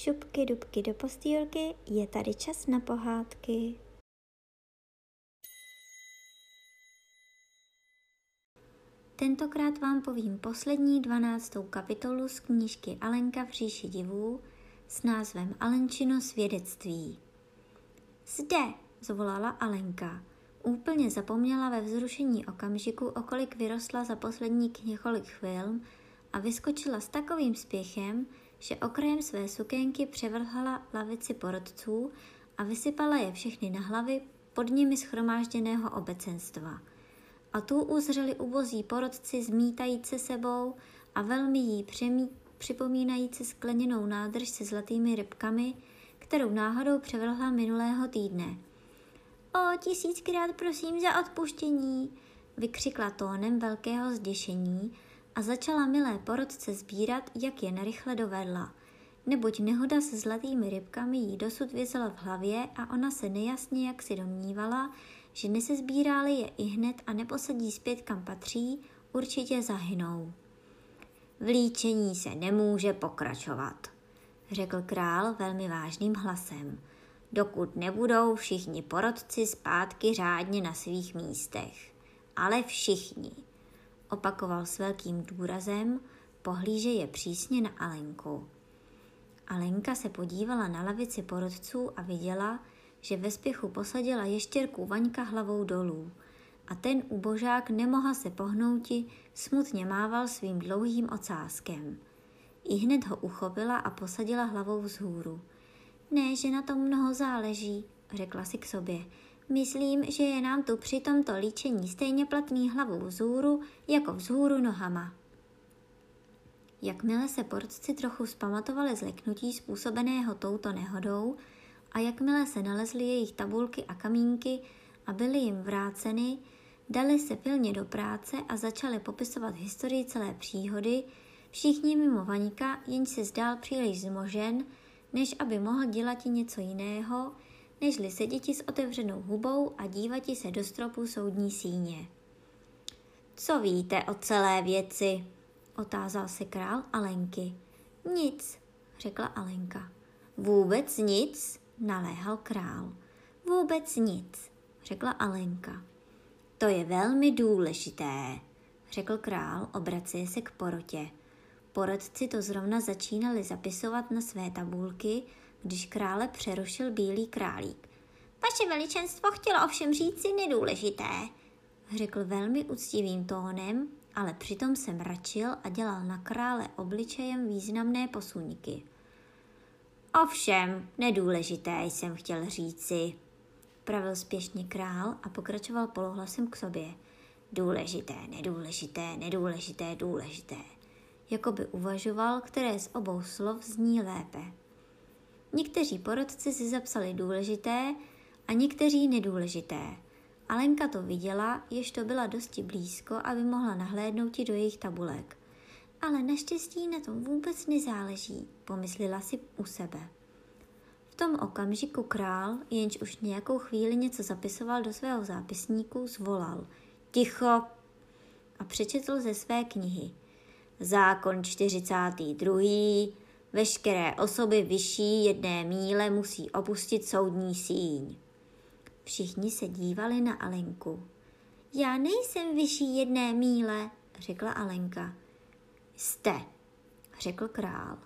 šupky dubky do postýlky, je tady čas na pohádky. Tentokrát vám povím poslední 12. kapitolu z knížky Alenka v říši divů s názvem Alenčino svědectví. Zde, zvolala Alenka. Úplně zapomněla ve vzrušení okamžiku, o kolik vyrostla za posledních několik chvil a vyskočila s takovým spěchem, že okrajem své sukénky převrhla lavici porodců a vysypala je všechny na hlavy pod nimi shromážděného obecenstva. A tu uzřeli ubozí porodci zmítajíce sebou a velmi jí připomínajíce skleněnou nádrž se zlatými rybkami, kterou náhodou převrhla minulého týdne. O, 1000krát prosím za odpuštění, vykřikla tónem velkého zděšení a začala milé porodce sbírat, jak je narychle dovedla, neboť nehoda se zlatými rybkami jí dosud vězela v hlavě a ona se nejasně jak si domnívala, že nesezbírá-li je ihned a neposadí zpět kam patří, určitě zahynou. V líčení se nemůže pokračovat, řekl král velmi vážným hlasem, dokud nebudou všichni porodci zpátky řádně na svých místech. Ale všichni, opakoval s velkým důrazem, pohlížeje přísně na Alenku. Alenka se podívala na lavici porodců a viděla, že ve spěchu posadila ještěrku Vaňka hlavou dolů a ten ubožák nemohl se pohnouti, smutně mával svým dlouhým ocáskem. Ihned ho uchopila a posadila hlavou vzhůru. Ne, že na tom mnoho záleží, řekla si k sobě. Myslím, že je nám tu při tomto líčení stejně platný hlavou vzhůru, jako vzhůru nohama. Jakmile se porodci trochu zpamatovali z leknutí způsobeného touto nehodou a jakmile se nalezly jejich tabulky a kamínky a byly jim vráceny, dali se pilně do práce a začali popisovat historii celé příhody, všichni mimo Vaňka, jenž se zdál příliš zmožen, než aby mohl dělat něco jiného, nežli seděti s otevřenou hubou a dívati se do stropu soudní síně. Co víte o celé věci? Otázal se král Alenky. Nic, řekla Alenka. Vůbec nic? Naléhal král. Vůbec nic, řekla Alenka. To je velmi důležité, řekl král, obraceje se k porotě. Porodci to zrovna začínali zapisovat na své tabulky, když krále přerušil bílý králík. Vaše veličenstvo chtělo ovšem říci nedůležité, řekl velmi úctivým tónem, ale přitom se mračil a dělal na krále obličejem významné posuňky. Ovšem, nedůležité jsem chtěl říci, pravil spěšně král a pokračoval polohlasem k sobě. Důležité, nedůležité, nedůležité, důležité. Jakoby uvažoval, které z obou slov zní lépe. Někteří porodci si zapsali důležité a někteří nedůležité. Alenka to viděla, jež to byla dosti blízko, aby mohla nahlédnout do jejich tabulek. Ale naštěstí na tom vůbec nezáleží, pomyslela si u sebe. V tom okamžiku král, jenž už nějakou chvíli něco zapisoval do svého zápisníku, zvolal ticho a přečetl ze své knihy. Zákon 42. Veškeré osoby vyšší 1 míle musí opustit soudní síň. Všichni se dívali na Alenku. Já nejsem vyšší 1 míle, řekla Alenka. Jste, řekl král.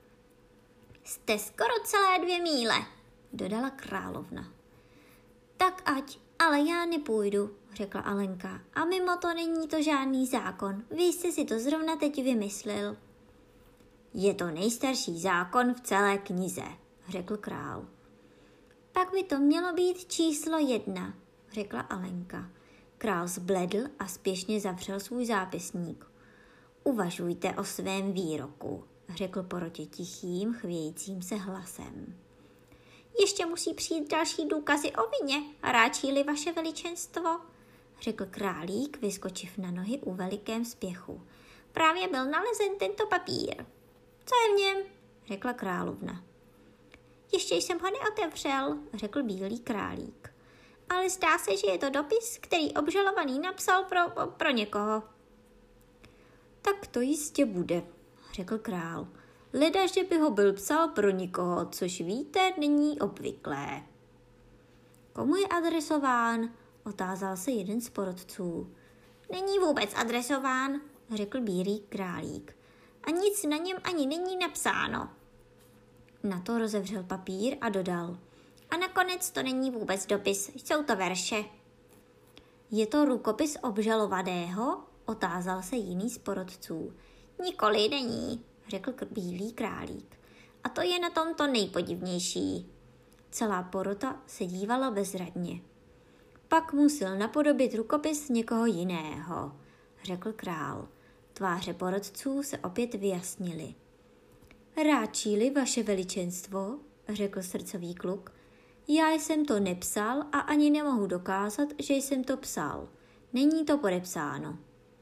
Jste skoro celé 2 míle, dodala královna. Tak ať, ale já nepůjdu, řekla Alenka. A mimo to není to žádný zákon. Vy jste si to zrovna teď vymyslel. Je to nejstarší zákon v celé knize, řekl král. Pak by to mělo být číslo 1, řekla Alenka. Král zbledl a spěšně zavřel svůj zápisník. Uvažujte o svém výroku, řekl porotě tichým, chvějícím se hlasem. Ještě musí přijít další důkazy o vině, ráčí-li vaše veličenstvo, řekl králík, vyskočiv na nohy u velikém spěchu. Právě byl nalezen tento papír. Co je v něm? Řekla královna. Ještě jsem ho neotevřel, řekl bílý králík. Ale zdá se, že je to dopis, který obžalovaný napsal pro někoho. Tak to jistě bude, řekl král. Leda, že by ho byl psal pro nikoho, což víte, není obvyklé. Komu je adresován? Otázal se jeden z porotců. Není vůbec adresován, řekl Bílý králík. A nic na něm ani není napsáno. Na to rozevřel papír a dodal. A nakonec to není vůbec dopis, jsou to verše. Je to rukopis obžalovaného? Otázal se jiný z porotců. Nikoli není, řekl Bílý králík. A to je na tom to nejpodivnější. Celá porota se dívala bezradně. Pak musel napodobit rukopis někoho jiného, řekl král. Tváře porotců se opět vyjasnily. Ráčí-li vaše veličenstvo, řekl srdcový kluk, já jsem to nepsal a ani nemohu dokázat, že jsem to psal. Není to podepsáno.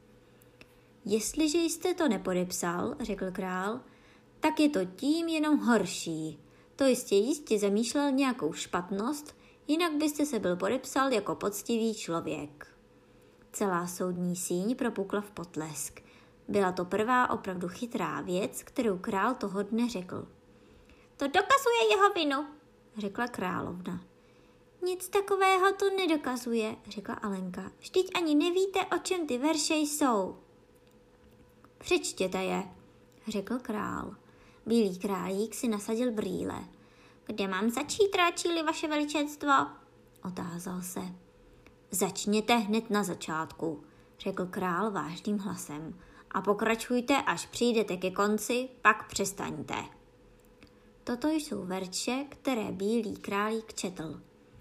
Jestliže jste to nepodepsal, řekl král, tak je to tím jenom horší. To jistě zamýšlel nějakou špatnost, jinak byste se byl podepsal jako poctivý člověk. Celá soudní síň propukla v potlesk. Byla to prvá opravdu chytrá věc, kterou král toho dne řekl. To dokazuje jeho vinu, řekla královna. Nic takového to nedokazuje, řekla Alenka. Vždyť ani nevíte, o čem ty verše jsou. Přečtěte je, řekl král. Bílý králík si nasadil brýle. Kde mám začít, ráčí-li vaše veličenstvo? Otázal se. Začněte hned na začátku, řekl král vážným hlasem. A pokračujte, až přijdete ke konci, pak přestaňte. Toto jsou verše, které Bílý králík četl.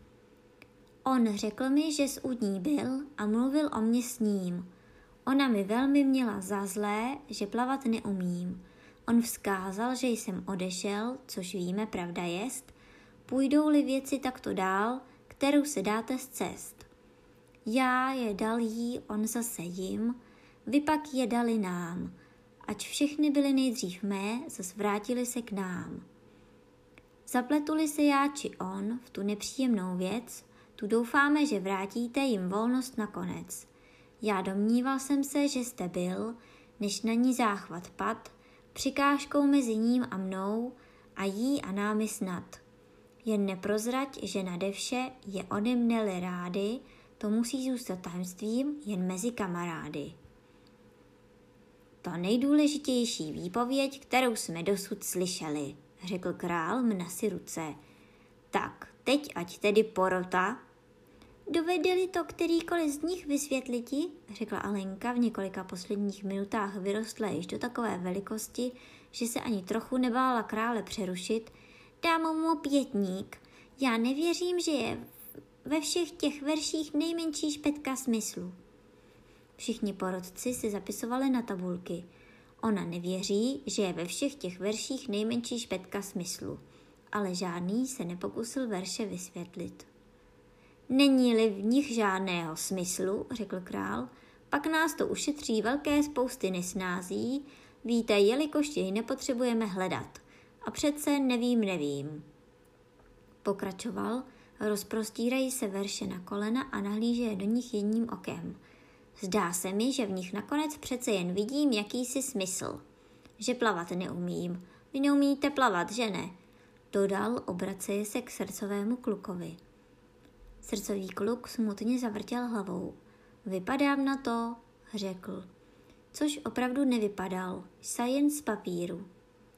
On řekl mi, že s ní byl a mluvil o mě s ním. Ona mi velmi měla za zlé, že plavat neumím. On vzkázal, že jsem odešel, což víme, pravda jest, půjdou-li věci takto dál, kterou se dáte z cest. Já je dal jí, on zase jim, vy pak je dali nám, ač všechny byly nejdřív mé, zas vrátili se k nám. Zapletuli se já či on v tu nepříjemnou věc, tu doufáme, že vrátíte jim volnost nakonec. Já domníval jsem se, že jste byl, než na ní záchvat pad, přikážkou mezi ním a mnou a jí a námi snad. Jen neprozrať, že nade vše je ode mne rády, to musí zůstat tajemstvím jen mezi kamarády. To nejdůležitější výpověď, kterou jsme dosud slyšeli, řekl král mna si ruce. Tak, teď ať tedy porota. Dovede-li to kterýkoliv z nich vysvětliti, řekla Alenka v několika posledních minutách vyrostla již do takové velikosti, že se ani trochu nebála krále přerušit, dám mu pětník. Já nevěřím, že je ve všech těch verších nejmenší špetka smyslu. Všichni porotci si zapisovali na tabulky. Ona nevěří, že je ve všech těch verších nejmenší špetka smyslu, ale žádný se nepokusil verše vysvětlit. Není-li v nich žádného smyslu, řekl král, pak nás to ušetří velké spousty nesnází, víte, jelikož jej nepotřebujeme hledat. A přece nevím. Pokračoval, rozprostírají se verše na kolena a nahlížeje do nich jedním okem. Zdá se mi, že v nich nakonec přece jen vidím jakýsi smysl. Že plavat neumím. Vy neumíte plavat, že ne? Dodal, obraceje se k srdcovému klukovi. Srdcový kluk smutně zavrtěl hlavou. Vypadám na to, řekl. Což opravdu nevypadal, jen z papíru.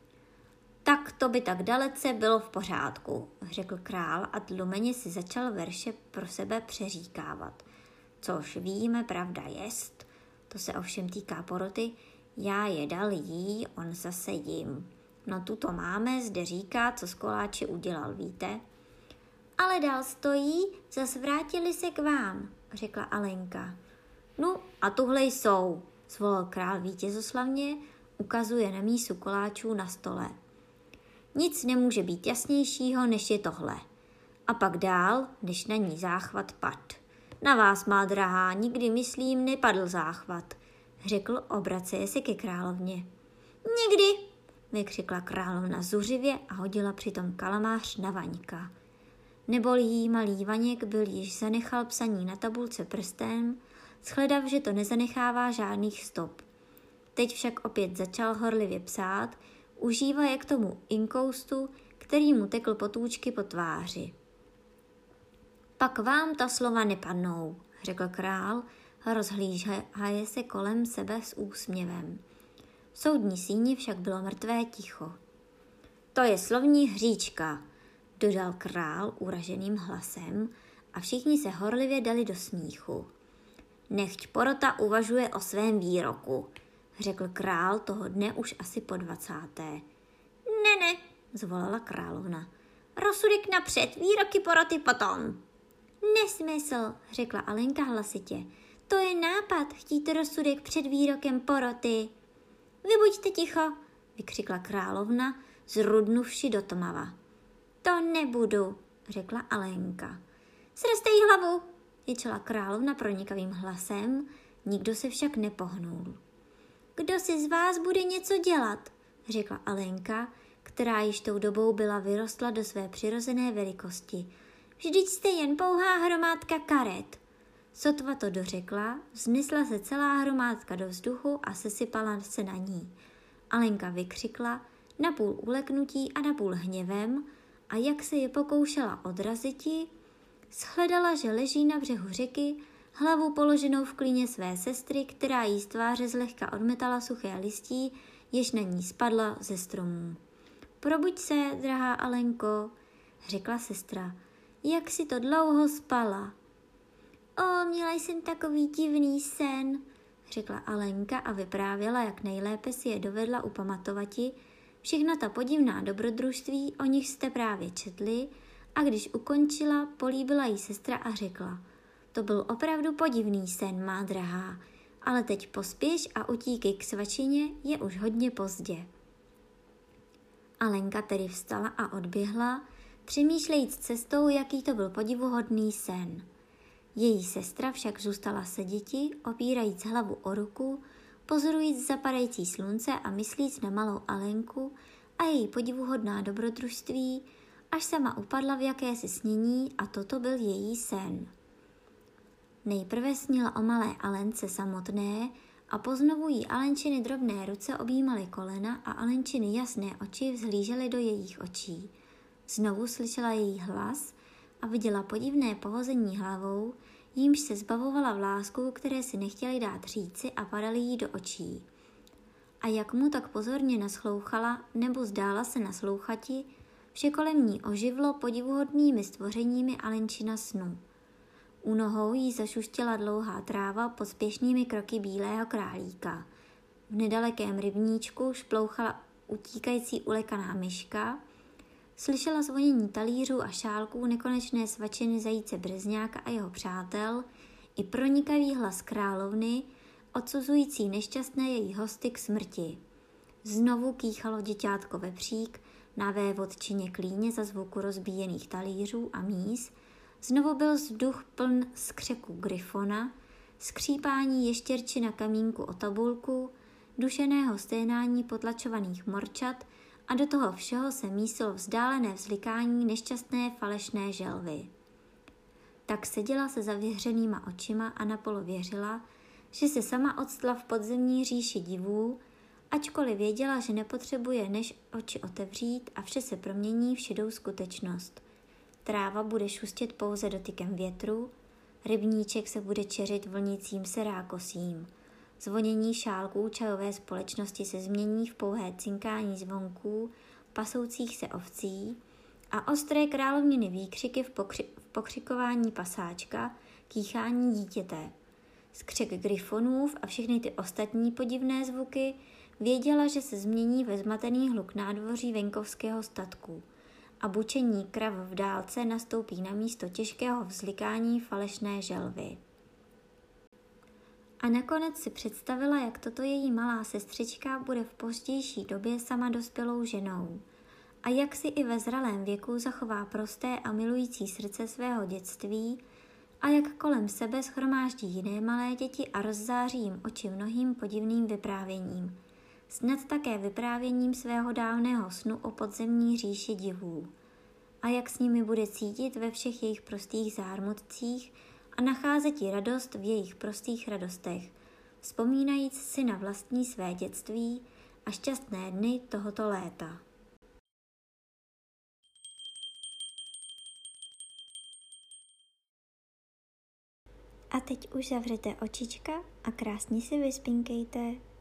Tak to by tak dalece bylo v pořádku, řekl král a tlumeně si začal verše pro sebe přeříkávat. Což víme, pravda jest, to se ovšem týká poroty, já je dal jí, on zase jim. No tuto máme, zde říká, co s koláči udělal, víte? Ale dál stojí, zas vrátili se k vám, řekla Alenka. No a tuhle jsou, zvolal král vítězoslavně, ukazuje na mísu koláčů na stole. Nic nemůže být jasnějšího, než je tohle. A pak dál, než na ní záchvat pad. Na vás, má drahá, nikdy, myslím, nepadl záchvat, řekl, obraceje se ke královně. Nikdy, vykřikla královna zuřivě a hodila přitom kalamář na Vaňka. Neboli jí malý Vaněk byl již zanechal psaní na tabulce prstem, shledav, že to nezanechává žádných stop. Teď však opět začal horlivě psát, užívaje k tomu inkoustu, který mu tekl potůčky po tváři. Pak vám ta slova nepadnou, řekl král, rozhlížaje se kolem sebe s úsměvem. V soudní síni však bylo mrtvé ticho. To je slovní hříčka, dodal král uraženým hlasem a všichni se horlivě dali do smíchu. Nechť porota uvažuje o svém výroku, řekl král toho dne už asi po 20. Ne, zvolala královna. Rozsudek napřed, výroky poroty potom. Nesmysl, řekla Alenka hlasitě. To je nápad chtít rozsudek před výrokem poroty. Vy buďte ticho, vykřikla královna, zrudnuvši do tmava. To nebudu, řekla Alenka. Srstej hlavu, ječela královna pronikavým hlasem, nikdo se však nepohnul. Kdo si z vás bude něco dělat, řekla Alenka, která již tou dobou byla vyrostla do své přirozené velikosti. Vždyť jste jen pouhá hromádka karet. Sotva to dořekla, vznesla se celá hromádka do vzduchu a sesypala se na ní. Alenka vykřikla, napůl uleknutí a napůl hněvem, a jak se je pokoušela odraziti, shledala, že leží na břehu řeky, hlavu položenou v klíně své sestry, která jí z tváře zlehka odmetala suché listí, jež na ní spadla ze stromů. Probuď se, drahá Alenko, řekla sestra, jak si to dlouho spala. Měla jsem takový divný sen, řekla Alenka a vyprávěla, jak nejlépe si je dovedla upamatovati, všechna ta podivná dobrodružství, o nich jste právě četli, a když ukončila, políbila jí sestra a řekla, to byl opravdu podivný sen, má drahá, ale teď pospěš a utíkej k svačině, je už hodně pozdě. Alenka tedy vstala a odběhla, přemýšlejíc cestou, jaký to byl podivuhodný sen. Její sestra však zůstala seděti, opírajíc hlavu o ruku, pozorujíc zapadající slunce a myslíc na malou Alenku a její podivuhodná dobrodružství, až sama upadla v jakési snění a toto byl její sen. Nejprve snila o malé Alence samotné a poznovu jí Alenčiny drobné ruce objímaly kolena a Alenčiny jasné oči vzhlížely do jejich očí. Znovu slyšela její hlas a viděla podivné pohození hlavou, jímž se zbavovala vlásků, které si nechtěly dát říci a padaly jí do očí. A jak mu tak pozorně naslouchala nebo zdála se naslouchati, vše kolem ní oživlo podivuhodnými stvořeními Alenčina snu. U nohou jí zašuštěla dlouhá tráva pod spěšnými kroky bílého králíka. V nedalekém rybníčku šplouchala utíkající ulekaná myška, slyšela zvonění talířů a šálků nekonečné svačiny zajíce Brezňáka a jeho přátel i pronikavý hlas královny, odsuzující nešťastné její hosty k smrti. Znovu kýchalo děťátko vepřík na vévodčině klíně za zvuku rozbíjených talířů a míz, znovu byl vzduch pln skřeku gryfona, skřípání ještěrči na kamínku o tabulku, dušeného sténání potlačovaných morčat a do toho všeho se mísilo vzdálené vzlikání nešťastné falešné želvy. Tak seděla se zavěřenýma očima a napolo věřila, že se sama odstla v podzemní říši divů, ačkoliv věděla, že nepotřebuje než oči otevřít a vše se promění v šedou skutečnost. Tráva bude šustět pouze dotykem větru, rybníček se bude čeřit vlnicím se rákosím. Zvonění šálků čajové společnosti se změní v pouhé cinkání zvonků pasoucích se ovcí a ostré královniny výkřiky v pokřikování pasáčka, kýchání dítěte. Skřek gryfonův a všechny ty ostatní podivné zvuky věděla, že se změní ve zmatený hluk nádvoří venkovského statku a bučení krav v dálce nastoupí na místo těžkého vzlikání falešné želvy. A nakonec si představila, jak toto její malá sestřička bude v pozdější době sama dospělou ženou a jak si i ve zralém věku zachová prosté a milující srdce svého dětství a jak kolem sebe shromáždí jiné malé děti a rozzáří jim oči mnohým podivným vyprávěním. Snad také vyprávěním svého dávného snu o podzemní říši divů. A jak s nimi bude cítit ve všech jejich prostých zármutcích a nacházet jí radost v jejich prostých radostech, vzpomínajíc si na vlastní své dětství a šťastné dny tohoto léta. A teď už zavřete očička a krásně si vyspinkejte.